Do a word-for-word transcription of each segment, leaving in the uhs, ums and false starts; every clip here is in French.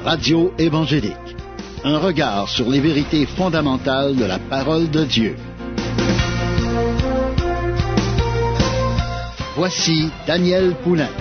Radio évangélique. Un regard sur les vérités fondamentales de la parole de Dieu. Voici Daniel Poulain.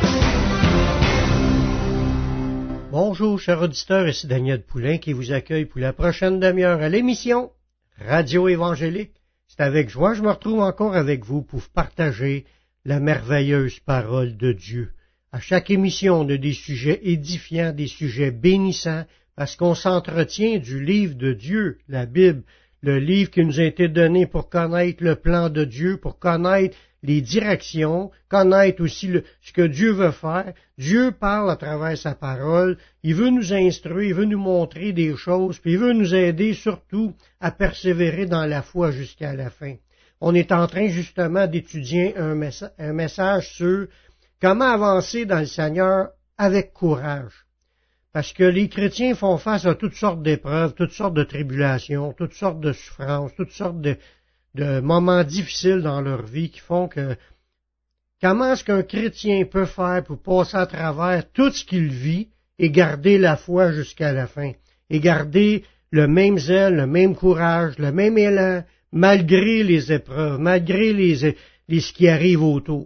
Bonjour, chers auditeurs, ici Daniel Poulain qui vous accueille pour la prochaine demi-heure à l'émission Radio évangélique. C'est avec joie que je me retrouve encore avec vous pour partager la merveilleuse parole de Dieu. À chaque émission, on a des sujets édifiants, des sujets bénissants, parce qu'on s'entretient du livre de Dieu, la Bible, le livre qui nous a été donné pour connaître le plan de Dieu, pour connaître les directions, connaître aussi le, ce que Dieu veut faire. Dieu parle à travers sa parole, il veut nous instruire, il veut nous montrer des choses, puis il veut nous aider surtout à persévérer dans la foi jusqu'à la fin. On est en train justement d'étudier un, messa- un message sur comment avancer dans le Seigneur avec courage. Parce que les chrétiens font face à toutes sortes d'épreuves, toutes sortes de tribulations, toutes sortes de souffrances, toutes sortes de, de moments difficiles dans leur vie qui font que comment est-ce qu'un chrétien peut faire pour passer à travers tout ce qu'il vit et garder la foi jusqu'à la fin, et garder le même zèle, le même courage, le même élan, malgré les épreuves, malgré les, les ce qui arrive autour.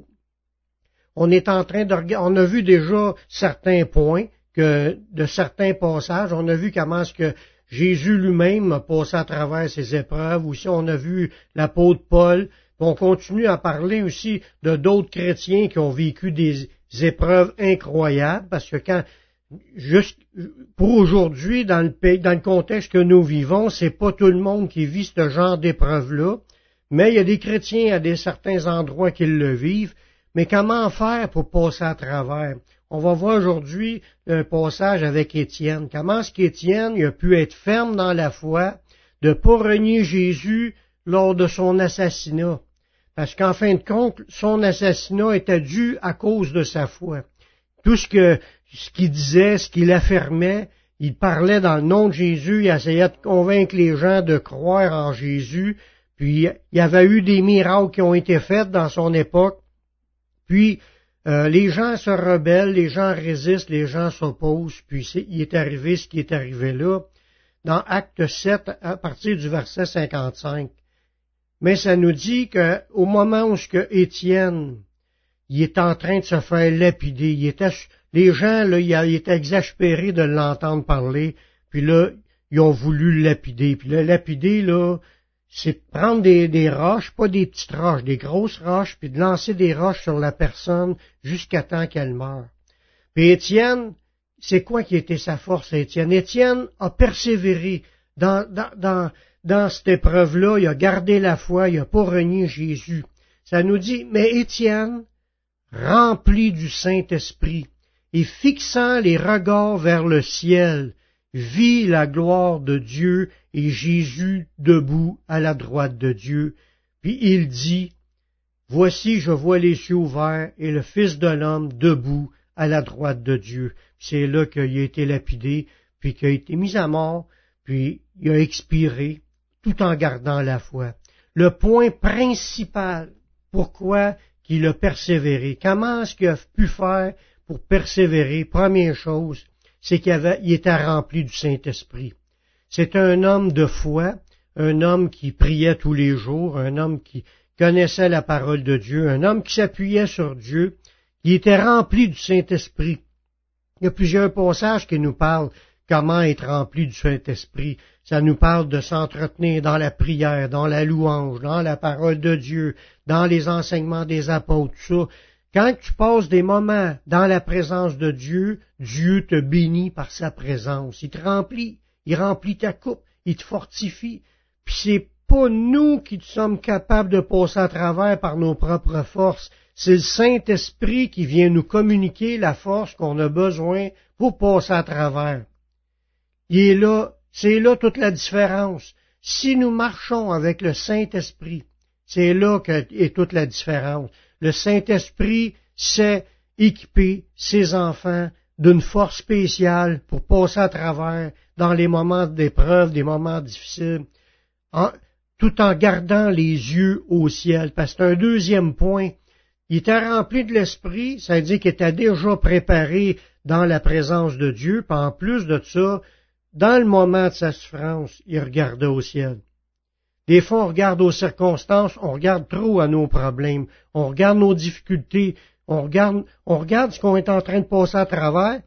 On est en train de regarder, on a vu déjà certains points, que de certains passages, on a vu comment est-ce que Jésus lui-même a passé à travers ces épreuves, aussi on a vu l'apôtre Paul, on continue à parler aussi de d'autres chrétiens qui ont vécu des épreuves incroyables, parce que quand, juste pour aujourd'hui, dans le pays, dans le contexte que nous vivons, c'est pas tout le monde qui vit ce genre d'épreuves-là, mais il y a des chrétiens à des certains endroits qui le vivent. Mais comment faire pour passer à travers? On va voir aujourd'hui un passage avec Étienne. Comment est-ce qu'Étienne il a pu être ferme dans la foi, de ne pas renier Jésus lors de son assassinat? Parce qu'en fin de compte, son assassinat était dû à cause de sa foi. Tout ce que ce qu'il disait, ce qu'il affirmait, il parlait dans le nom de Jésus, il essayait de convaincre les gens de croire en Jésus, puis il y avait eu des miracles qui ont été faits dans son époque. Puis, euh, les gens se rebellent, les gens résistent, les gens s'opposent, puis c'est, il est arrivé ce qui est arrivé là, dans Acte sept, à partir du verset cinquante-cinq. Mais ça nous dit qu'au moment où ce que Étienne, il est en train de se faire lapider, il était, les gens, là, ils étaient exaspérés de l'entendre parler, puis là, ils ont voulu le lapider. Puis le lapider, là, c'est de prendre des, des roches, pas des petites roches, des grosses roches, puis de lancer des roches sur la personne jusqu'à temps qu'elle meure. Puis Étienne, c'est quoi qui était sa force, Étienne? Étienne a persévéré dans, dans, dans, dans cette épreuve-là, il a gardé la foi, il n'a pas renié Jésus. Ça nous dit, mais Étienne, rempli du Saint-Esprit, et fixant les regards vers le ciel, vit la gloire de Dieu et Jésus debout à la droite de Dieu. Puis il dit, « Voici, je vois les cieux ouverts et le Fils de l'homme debout à la droite de Dieu. » C'est là qu'il a été lapidé, puis qu'il a été mis à mort, puis il a expiré, tout en gardant la foi. Le point principal, pourquoi qu'il a persévéré, comment est-ce qu'il a pu faire pour persévérer? Première chose, c'est qu'il avait, il était rempli du Saint-Esprit. C'est un homme de foi, un homme qui priait tous les jours, un homme qui connaissait la parole de Dieu, un homme qui s'appuyait sur Dieu, qui était rempli du Saint-Esprit. Il y a plusieurs passages qui nous parlent comment être rempli du Saint-Esprit. Ça nous parle de s'entretenir dans la prière, dans la louange, dans la parole de Dieu, dans les enseignements des apôtres, tout ça. Quand tu passes des moments dans la présence de Dieu, Dieu te bénit par sa présence. Il te remplit, il remplit ta coupe, il te fortifie. Puis c'est pas nous qui sommes capables de passer à travers par nos propres forces. C'est le Saint-Esprit qui vient nous communiquer la force qu'on a besoin pour passer à travers. Il est là, c'est là toute la différence. Si nous marchons avec le Saint-Esprit, c'est là qu'est toute la différence. Le Saint-Esprit sait équiper ses enfants d'une force spéciale pour passer à travers dans les moments d'épreuve, des moments difficiles, en, tout en gardant les yeux au ciel. Parce que c'est un deuxième point. Il était rempli de l'Esprit, ça veut dire qu'il était déjà préparé dans la présence de Dieu, puis en plus de ça, dans le moment de sa souffrance, il regardait au ciel. Des fois, on regarde aux circonstances, on regarde trop à nos problèmes, on regarde nos difficultés, on regarde, on regarde ce qu'on est en train de passer à travers,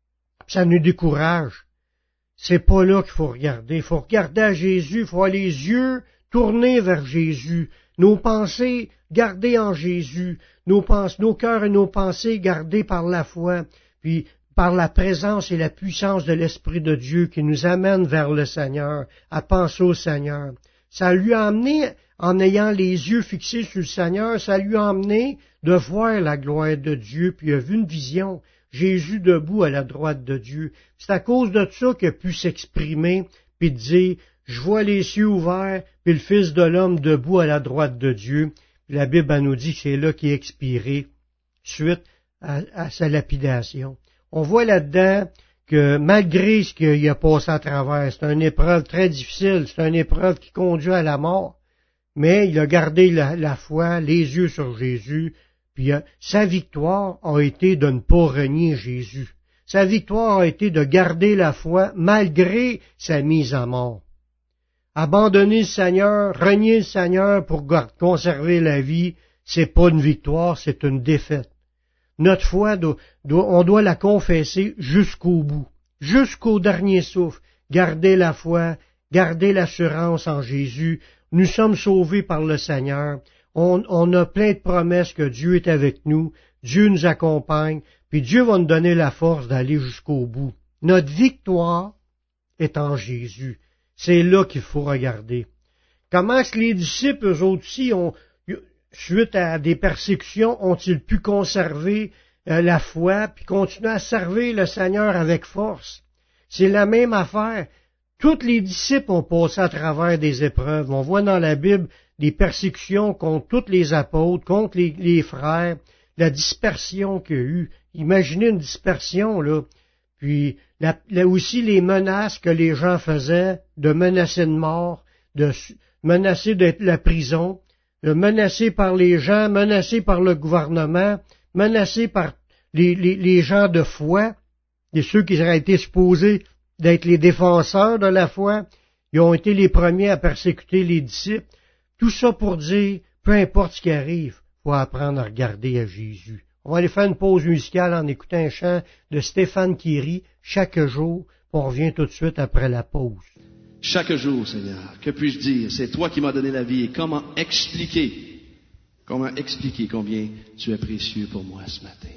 ça nous décourage. C'est pas là qu'il faut regarder. Il faut regarder à Jésus, il faut avoir les yeux tournés vers Jésus, nos pensées gardées en Jésus, nos, pens- nos cœurs et nos pensées gardées par la foi, puis par la présence et la puissance de l'Esprit de Dieu qui nous amène vers le Seigneur, à penser au Seigneur. Ça lui a amené, en ayant les yeux fixés sur le Seigneur, ça lui a amené de voir la gloire de Dieu, puis il a vu une vision, Jésus debout à la droite de Dieu. C'est à cause de ça qu'il a pu s'exprimer, puis dire, je vois les cieux ouverts, puis le Fils de l'homme debout à la droite de Dieu. Puis la Bible elle nous dit que c'est là qu'il est expiré, suite à, à sa lapidation. On voit là-dedans que malgré ce qu'il a passé à travers, c'est une épreuve très difficile, c'est une épreuve qui conduit à la mort, mais il a gardé la, la foi, les yeux sur Jésus, puis euh, sa victoire a été de ne pas renier Jésus. Sa victoire a été de garder la foi malgré sa mise à mort. Abandonner le Seigneur, renier le Seigneur pour conserver la vie, c'est pas une victoire, c'est une défaite. Notre foi, doit, doit, on doit la confesser jusqu'au bout, jusqu'au dernier souffle. Garder la foi, garder l'assurance en Jésus. Nous sommes sauvés par le Seigneur. On, on a plein de promesses que Dieu est avec nous. Dieu nous accompagne. Puis Dieu va nous donner la force d'aller jusqu'au bout. Notre victoire est en Jésus. C'est là qu'il faut regarder. Comment est-ce que les disciples, eux autres aussi, ont, suite à des persécutions, ont-ils pu conserver euh, la foi, puis continuer à servir le Seigneur avec force? C'est la même affaire. Tous les disciples ont passé à travers des épreuves. On voit dans la Bible des persécutions contre tous les apôtres, contre les, les frères, la dispersion qu'il y a eu. Imaginez une dispersion, là. Puis la, là aussi les menaces que les gens faisaient, de menacer de mort, de menacer de la prison, de menacer par les gens, menacés par le gouvernement, menacés par les, les, les gens de foi, et ceux qui auraient été supposés d'être les défenseurs de la foi, ils ont été les premiers à persécuter les disciples. Tout ça pour dire, peu importe ce qui arrive, il faut apprendre à regarder à Jésus. On va aller faire une pause musicale en écoutant un chant de Stéphane Kiri, chaque jour, puis on revient tout de suite après la pause. Chaque jour, Seigneur, que puis-je dire? C'est toi qui m'as donné la vie. Et comment expliquer, comment expliquer combien tu es précieux pour moi ce matin?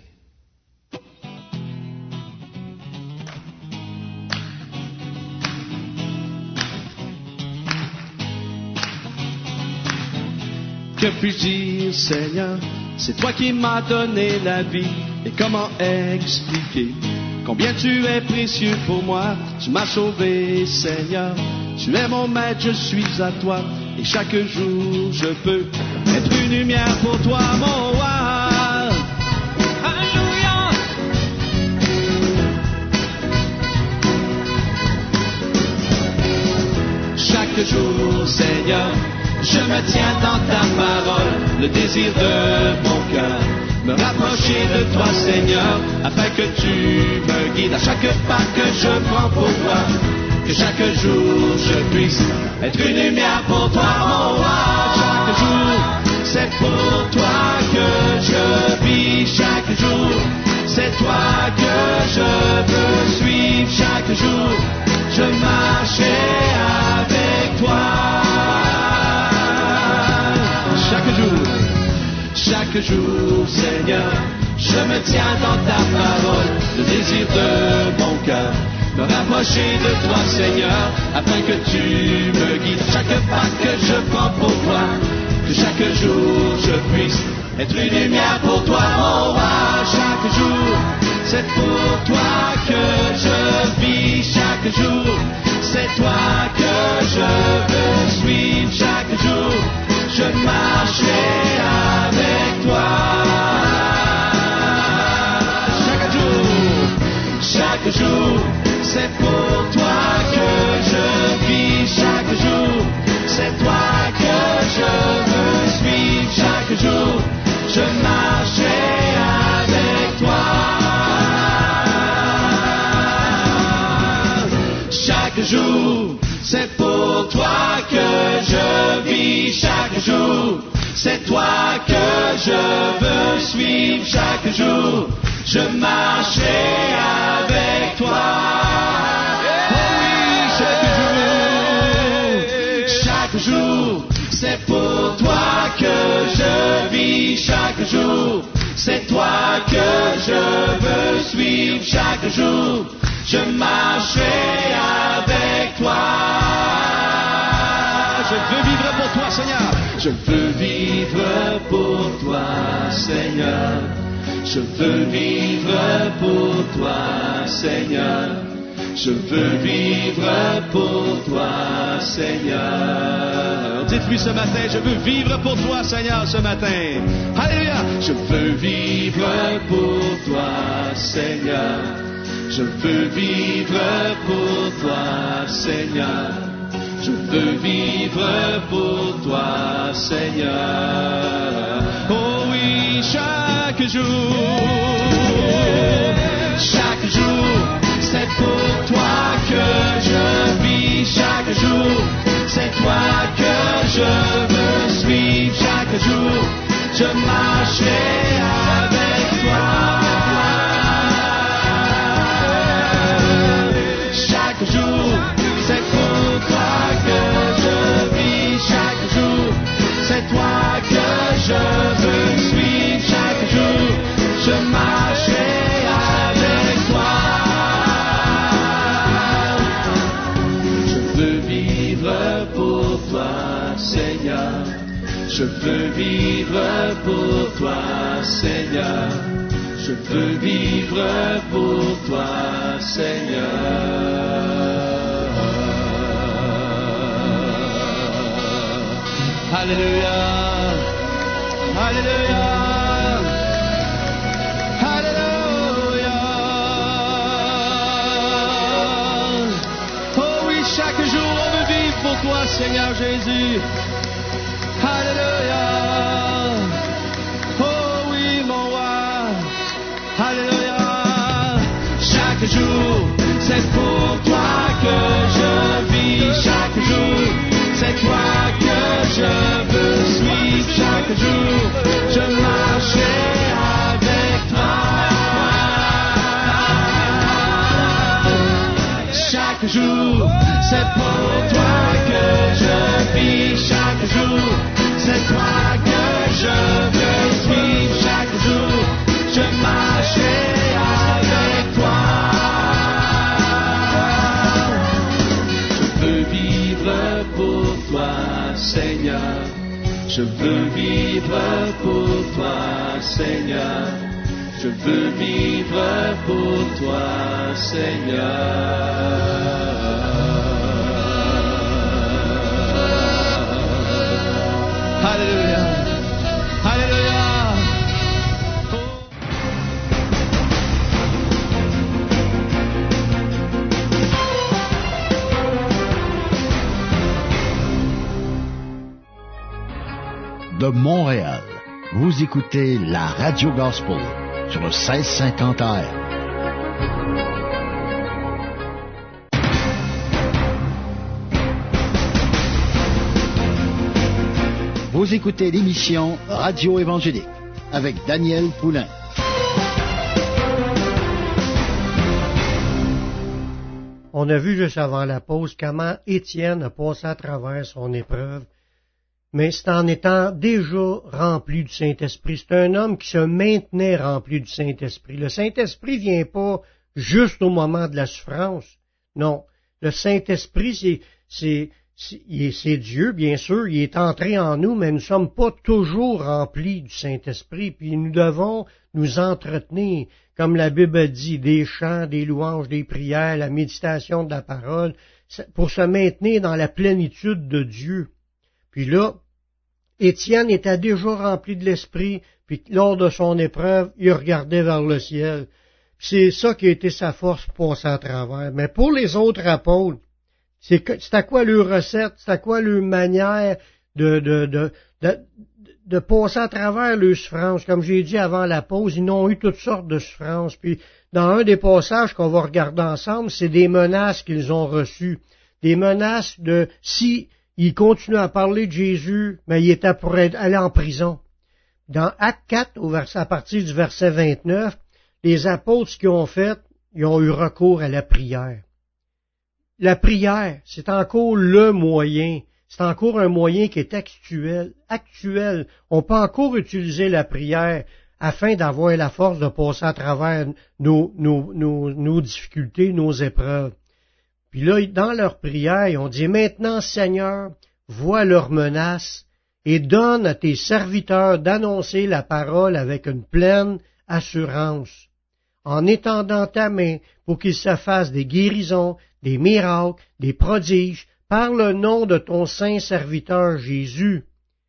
Que puis-je dire, Seigneur? C'est toi qui m'as donné la vie. Et comment expliquer combien tu es précieux pour moi? Tu m'as sauvé, Seigneur. Tu es mon maître, je suis à toi. Et chaque jour, je peux être une lumière pour toi, mon roi. Alléluia. Chaque jour, Seigneur, je me tiens dans ta parole, le désir de mon cœur, me rapprocher de toi, Seigneur, afin que tu me guides à chaque pas que je prends pour toi, que chaque jour je puisse être une lumière pour toi, mon roi. Chaque jour, c'est pour toi que je vis, chaque jour, c'est toi que je veux suivre, chaque jour, je marcherai avec toi. Chaque jour, chaque jour, Seigneur, je me tiens dans ta parole, le désir de mon cœur, me rapprocher de toi, Seigneur, afin que tu me guides chaque pas que je prends pour toi, que chaque jour je puisse être une lumière pour toi, mon roi. Chaque jour, c'est pour toi que je vis, chaque jour, c'est toi que je veux suivre, chaque jour, je marcherai avec toi. Chaque jour, chaque jour, c'est pour toi que je vis. Chaque jour, c'est toi que je veux suivre. Chaque jour, je marcherai avec toi. chaque jour. C'est pour toi que je vis chaque jour. C'est toi que je veux suivre chaque jour. Je marcherai avec toi. Oh oui, chaque jour. Chaque jour, c'est pour toi que je vis chaque jour. C'est toi que je veux suivre chaque jour. Je marcherai avec toi. Je veux vivre pour toi, Seigneur. Je veux vivre pour toi, Seigneur. Je veux vivre pour toi, Seigneur. Je veux vivre pour toi, Seigneur. Dites-lui ce matin, je veux vivre pour toi, Seigneur, ce matin. Alléluia. Je veux vivre pour toi, Seigneur. Je veux vivre pour toi, Seigneur. Je veux vivre pour toi, Seigneur. Oh oui, chaque jour, chaque jour, c'est pour toi que je vis chaque jour. C'est toi que je veux suivre chaque jour. Je marcherai avec toi. Chaque jour, c'est pour toi que je vis chaque jour. C'est toi que je veux suivre chaque jour. Je marcherai avec toi. Je veux vivre pour toi, Seigneur. Je veux vivre pour toi, Seigneur. Je veux vivre pour toi, Seigneur. Alléluia. Alléluia. Alléluia. Oh oui, chaque jour on veut vivre pour toi, Seigneur Jésus. Alléluia. Oh oui, mon roi. Alléluia. Chaque jour, c'est pour toi que je vis chaque jour. C'est toi que je veux suivre chaque jour. Je marcherai avec toi. Chaque jour, c'est pour toi que je vis chaque jour. C'est toi que je veux suivre chaque jour. Je marcherai avec toi. Je veux vivre pour toi, Seigneur. Je veux vivre pour toi, Seigneur. Je veux vivre pour toi, Seigneur. Alléluia. Alléluia. De Montréal, vous écoutez la Radio Gospel sur le seize cinquante A M. Vous écoutez l'émission Radio Évangélique avec Daniel Poulain. On a vu juste avant la pause comment Étienne a passé à travers son épreuve, mais c'est en étant déjà rempli du Saint-Esprit. C'est un homme qui se maintenait rempli du Saint-Esprit. Le Saint-Esprit vient pas juste au moment de la souffrance. Non. Le Saint-Esprit, c'est, c'est, c'est, c'est Dieu, bien sûr. Il est entré en nous, mais nous ne sommes pas toujours remplis du Saint-Esprit. Puis nous devons nous entretenir, comme la Bible dit, des chants, des louanges, des prières, la méditation de la parole, pour se maintenir dans la plénitude de Dieu. Puis là, Étienne était déjà rempli de l'Esprit, puis lors de son épreuve, il regardait vers le ciel. Puis c'est ça qui a été sa force pour passer à travers. Mais pour les autres apôtres, c'est, c'est à quoi leur recette, c'est à quoi leur manière de, de, de, de, de passer à travers leurs souffrances. Comme j'ai dit avant la pause, ils n'ont eu toutes sortes de souffrances. Puis, dans un des passages qu'on va regarder ensemble, c'est des menaces qu'ils ont reçues. Des menaces de, si ils continuent à parler de Jésus, mais ils étaient pour aller en prison. Dans Acte quatre, au verset, à partir du verset vingt-neuf, les apôtres, ce qu'ils ont fait, ils ont eu recours à la prière. La prière, c'est encore le moyen. C'est encore un moyen qui est actuel. Actuel. On peut encore utiliser la prière afin d'avoir la force de passer à travers nos, nos, nos, nos difficultés, nos épreuves. Puis là, dans leur prière, ils ont dit, maintenant, Seigneur, vois leurs menaces et donne à tes serviteurs d'annoncer la parole avec une pleine assurance, en étendant ta main pour qu'ils se fassent des guérisons, des miracles, des prodiges, par le nom de ton saint serviteur Jésus.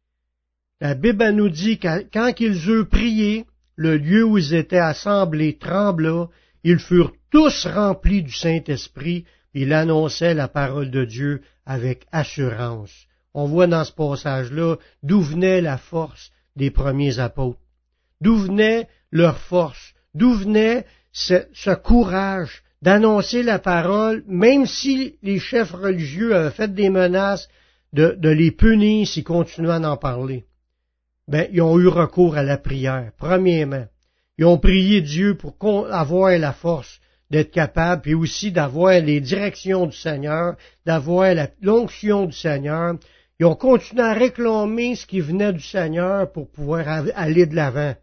La Bible nous dit que quand ils eurent prié, le lieu où ils étaient assemblés trembla, ils furent tous remplis du Saint-Esprit, et ils annonçaient la parole de Dieu avec assurance. On voit dans ce passage-là d'où venait la force des premiers apôtres, d'où venait leur force, d'où venait ce, ce courage d'annoncer la parole, même si les chefs religieux avaient fait des menaces de, de les punir s'ils continuaient à en parler. Ben, ils ont eu recours à la prière, premièrement. Ils ont prié Dieu pour avoir la force d'être capable, puis aussi d'avoir les directions du Seigneur, d'avoir la, l'onction du Seigneur. Ils ont continué à réclamer ce qui venait du Seigneur pour pouvoir aller de l'avant,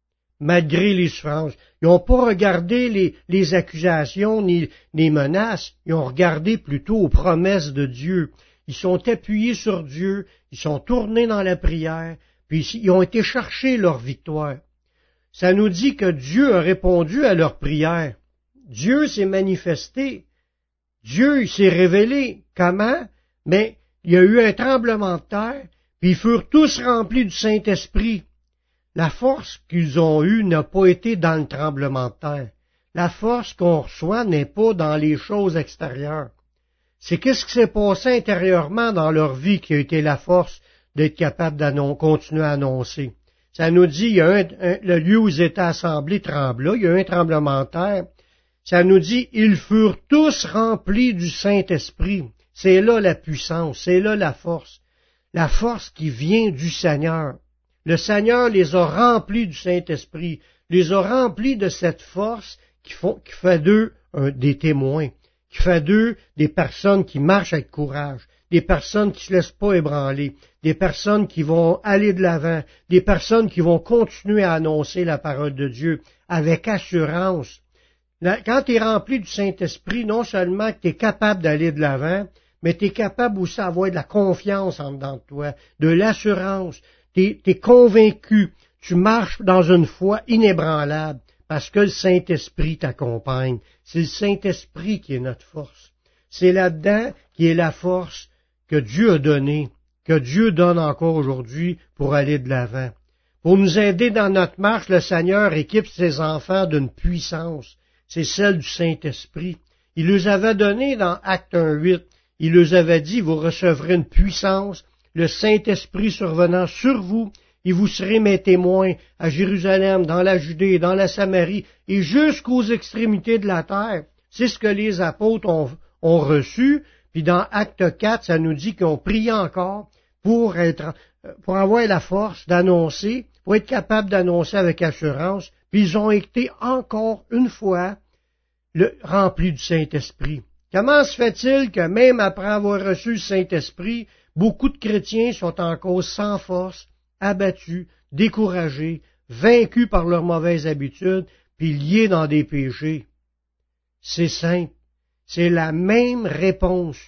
malgré les souffrances. Ils n'ont pas regardé les, les accusations ni les menaces, ils ont regardé plutôt aux promesses de Dieu. Ils sont appuyés sur Dieu, ils sont tournés dans la prière, puis ils ont été chercher leur victoire. Ça nous dit que Dieu a répondu à leur prière. Dieu s'est manifesté. Dieu s'est révélé. Comment? Mais il y a eu un tremblement de terre, puis ils furent tous remplis du Saint-Esprit. La force qu'ils ont eue n'a pas été dans le tremblement de terre. La force qu'on reçoit n'est pas dans les choses extérieures. C'est qu'est-ce qui s'est passé intérieurement dans leur vie qui a été la force d'être capable de continuer à annoncer. Ça nous dit, il y a un, un, le lieu où ils étaient assemblés trembla, il y a eu un tremblement de terre. Ça nous dit, ils furent tous remplis du Saint-Esprit. C'est là la puissance, c'est là la force. La force qui vient du Seigneur. Le Seigneur les a remplis du Saint-Esprit, les a remplis de cette force qui, font, qui fait d'eux un, des témoins, qui fait d'eux des personnes qui marchent avec courage, des personnes qui ne se laissent pas ébranler, des personnes qui vont aller de l'avant, des personnes qui vont continuer à annoncer la parole de Dieu avec assurance. Quand tu es rempli du Saint-Esprit, non seulement que tu es capable d'aller de l'avant, mais tu es capable aussi d'avoir de la confiance en dedans de toi, de l'assurance. Tu es convaincu, tu marches dans une foi inébranlable, parce que le Saint-Esprit t'accompagne. C'est le Saint-Esprit qui est notre force. C'est là-dedans qui est la force que Dieu a donnée, que Dieu donne encore aujourd'hui pour aller de l'avant. Pour nous aider dans notre marche, le Seigneur équipe ses enfants d'une puissance. C'est celle du Saint-Esprit. Il les avait donné dans Acte un huit. Il les avait dit, vous recevrez une puissance, le Saint-Esprit survenant sur vous, et vous serez mes témoins à Jérusalem, dans la Judée, dans la Samarie, et jusqu'aux extrémités de la terre. C'est ce que les apôtres ont, ont reçu, puis dans Acte quatre, ça nous dit qu'ils ont prié encore pour être, pour avoir la force d'annoncer, pour être capable d'annoncer avec assurance, puis ils ont été encore une fois le, remplis du Saint-Esprit. Comment se fait-il que même après avoir reçu le Saint-Esprit, beaucoup de chrétiens sont encore sans force, abattus, découragés, vaincus par leurs mauvaises habitudes, puis liés dans des péchés? C'est simple. C'est la même réponse.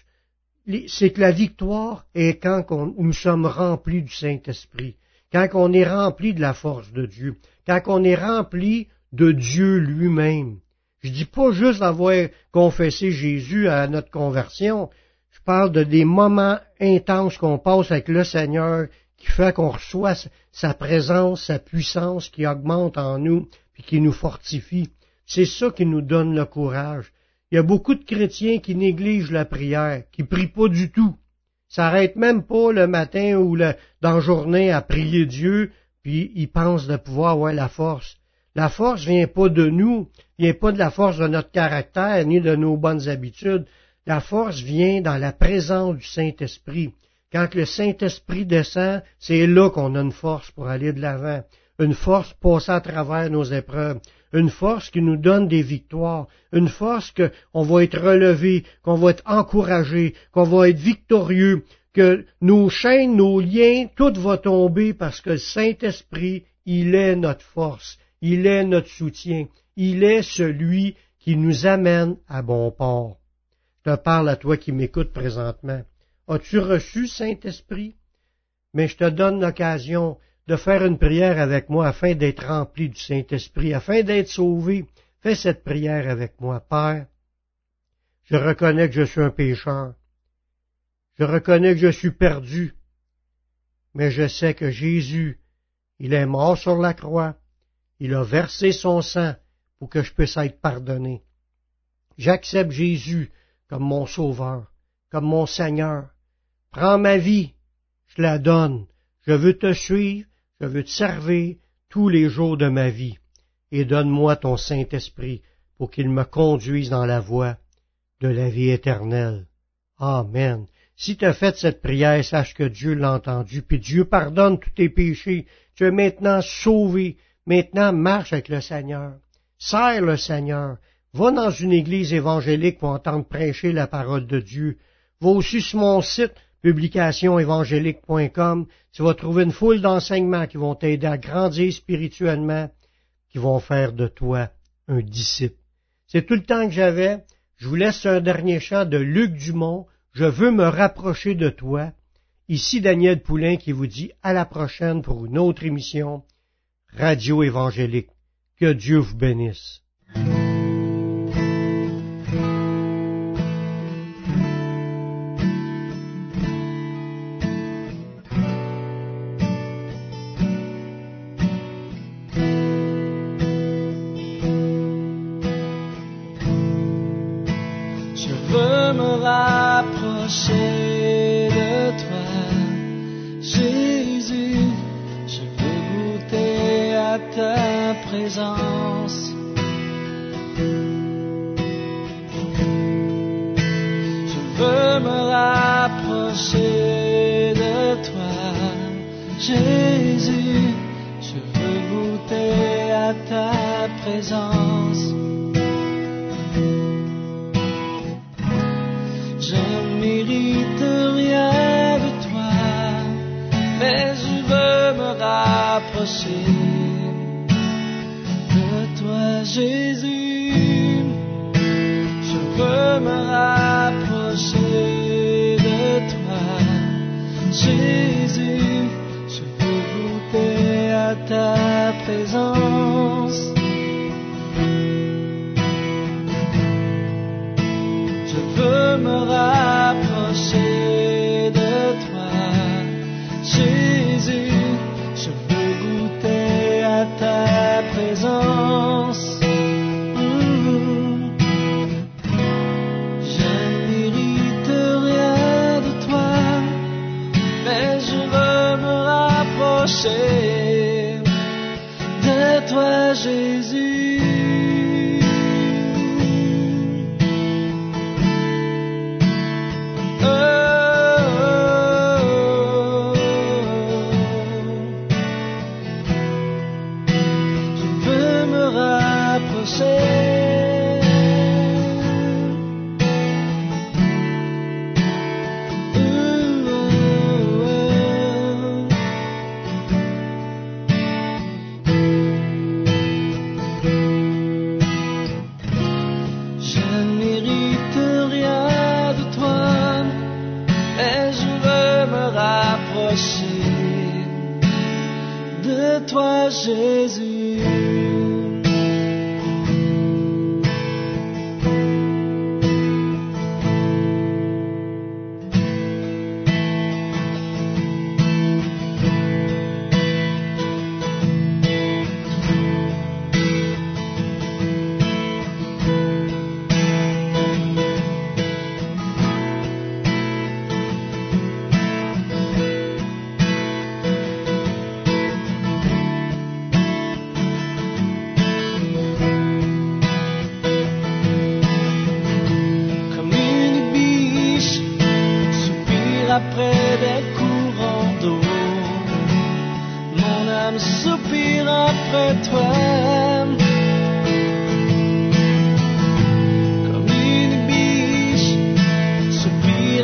C'est que la victoire est quand on, nous sommes remplis du Saint-Esprit, quand on est rempli de la force de Dieu, quand on est rempli de Dieu lui-même. Je dis pas juste d'avoir confessé Jésus à notre conversion. Je parle de des moments intenses qu'on passe avec le Seigneur qui fait qu'on reçoit sa présence, sa puissance qui augmente en nous puis qui nous fortifie. C'est ça qui nous donne le courage. Il y a beaucoup de chrétiens qui négligent la prière, qui prient pas du tout. s'arrête même pas le matin ou le, dans la journée à prier Dieu, puis il pense de pouvoir avoir la force. La force vient pas de nous, vient pas de la force de notre caractère, ni de nos bonnes habitudes. La force vient dans la présence du Saint-Esprit. Quand le Saint-Esprit descend, c'est là qu'on a une force pour aller de l'avant. Une force pour passer à travers nos épreuves. Une force qui nous donne des victoires. Une force qu'on va être relevé, qu'on va être encouragé, qu'on va être victorieux, que nos chaînes, nos liens, tout va tomber parce que le Saint-Esprit, il est notre force. Il est notre soutien. Il est celui qui nous amène à bon port. Je te parle à toi qui m'écoutes présentement. As-tu reçu Saint-Esprit? Mais je te donne l'occasion de faire une prière avec moi afin d'être rempli du Saint-Esprit, afin d'être sauvé. Fais cette prière avec moi. Père, je reconnais que je suis un pécheur. Je reconnais que je suis perdu. Mais je sais que Jésus, il est mort sur la croix. Il a versé son sang pour que je puisse être pardonné. J'accepte Jésus comme mon sauveur, comme mon Seigneur. Prends ma vie, je la donne. Je veux te suivre, je veux te servir tous les jours de ma vie. Et donne-moi ton Saint-Esprit pour qu'il me conduise dans la voie de la vie éternelle. Amen. Si tu as fait cette prière, sache que Dieu l'a entendu, puis Dieu pardonne tous tes péchés. Tu es maintenant sauvé. Maintenant, marche avec le Seigneur. Sers le Seigneur. Va dans une église évangélique pour entendre prêcher la parole de Dieu. Va aussi sur mon site, publication évangélique point com. Tu vas trouver une foule d'enseignements qui vont t'aider à grandir spirituellement, qui vont faire de toi un disciple. C'est tout le temps que j'avais. Je vous laisse un dernier chant de Luc Dumont. Je veux me rapprocher de toi. Ici Daniel Poulain qui vous dit à la prochaine pour une autre émission Radio Évangélique. Que Dieu vous bénisse. Je veux me rapprocher de toi, Jésus. Je veux goûter à ta présence. Je veux me rapprocher de toi, Jésus. Je veux goûter à ta présence. Je ne mérite rien de toi, mais je veux me rapprocher de toi, Jésus. Je veux me rapprocher de toi, Jésus. Je veux goûter à ta présence. Je veux me rapprocher de toi, Jésus. Je veux goûter à ta présence. Mmh. Je ne mérite rien de toi, mais je veux me rapprocher de toi, Jésus.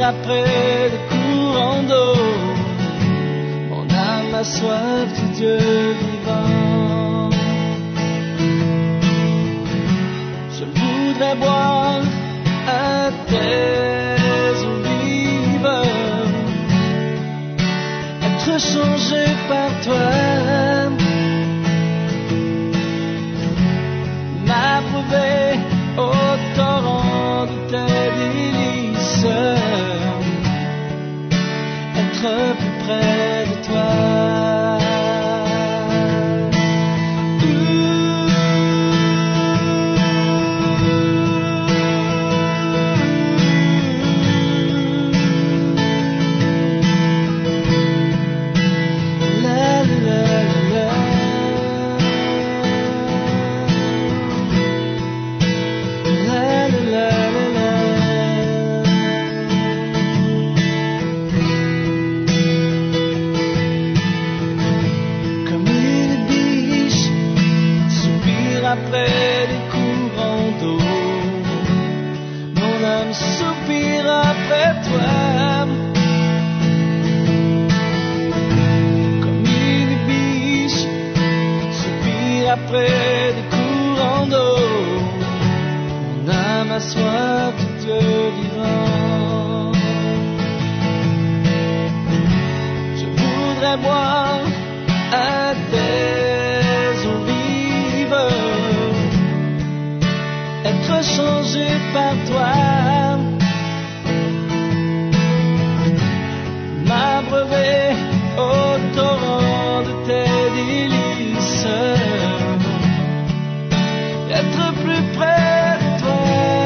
soupire après le courant d'eau. Mon âme a soif du Dieu vivant. Je voudrais boire à tes eaux vives, être changé par toi, m'approuver au torrent de tes délices, être plus près de toi. Après les courants d'eau, mon âme soupire après toi, comme une biche soupire après les courants d'eau. Mon âme a soif du Dieu vivant. Je voudrais boire à tes eaux vives, être changé par toi, m'abreuver au torrent de tes délices, être plus près de toi.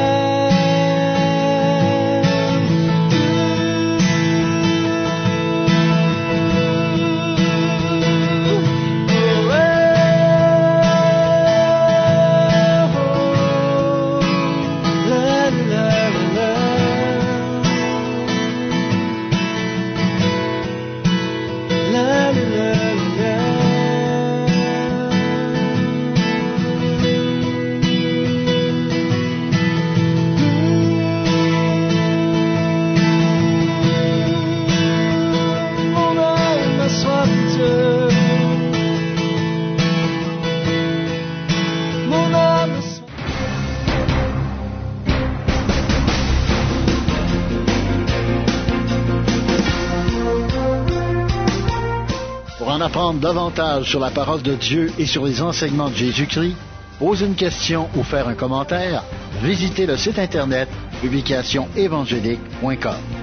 Pour en apprendre davantage sur la parole de Dieu et sur les enseignements de Jésus-Christ, poser une question ou faire un commentaire, visitez le site internet publication évangélique point com.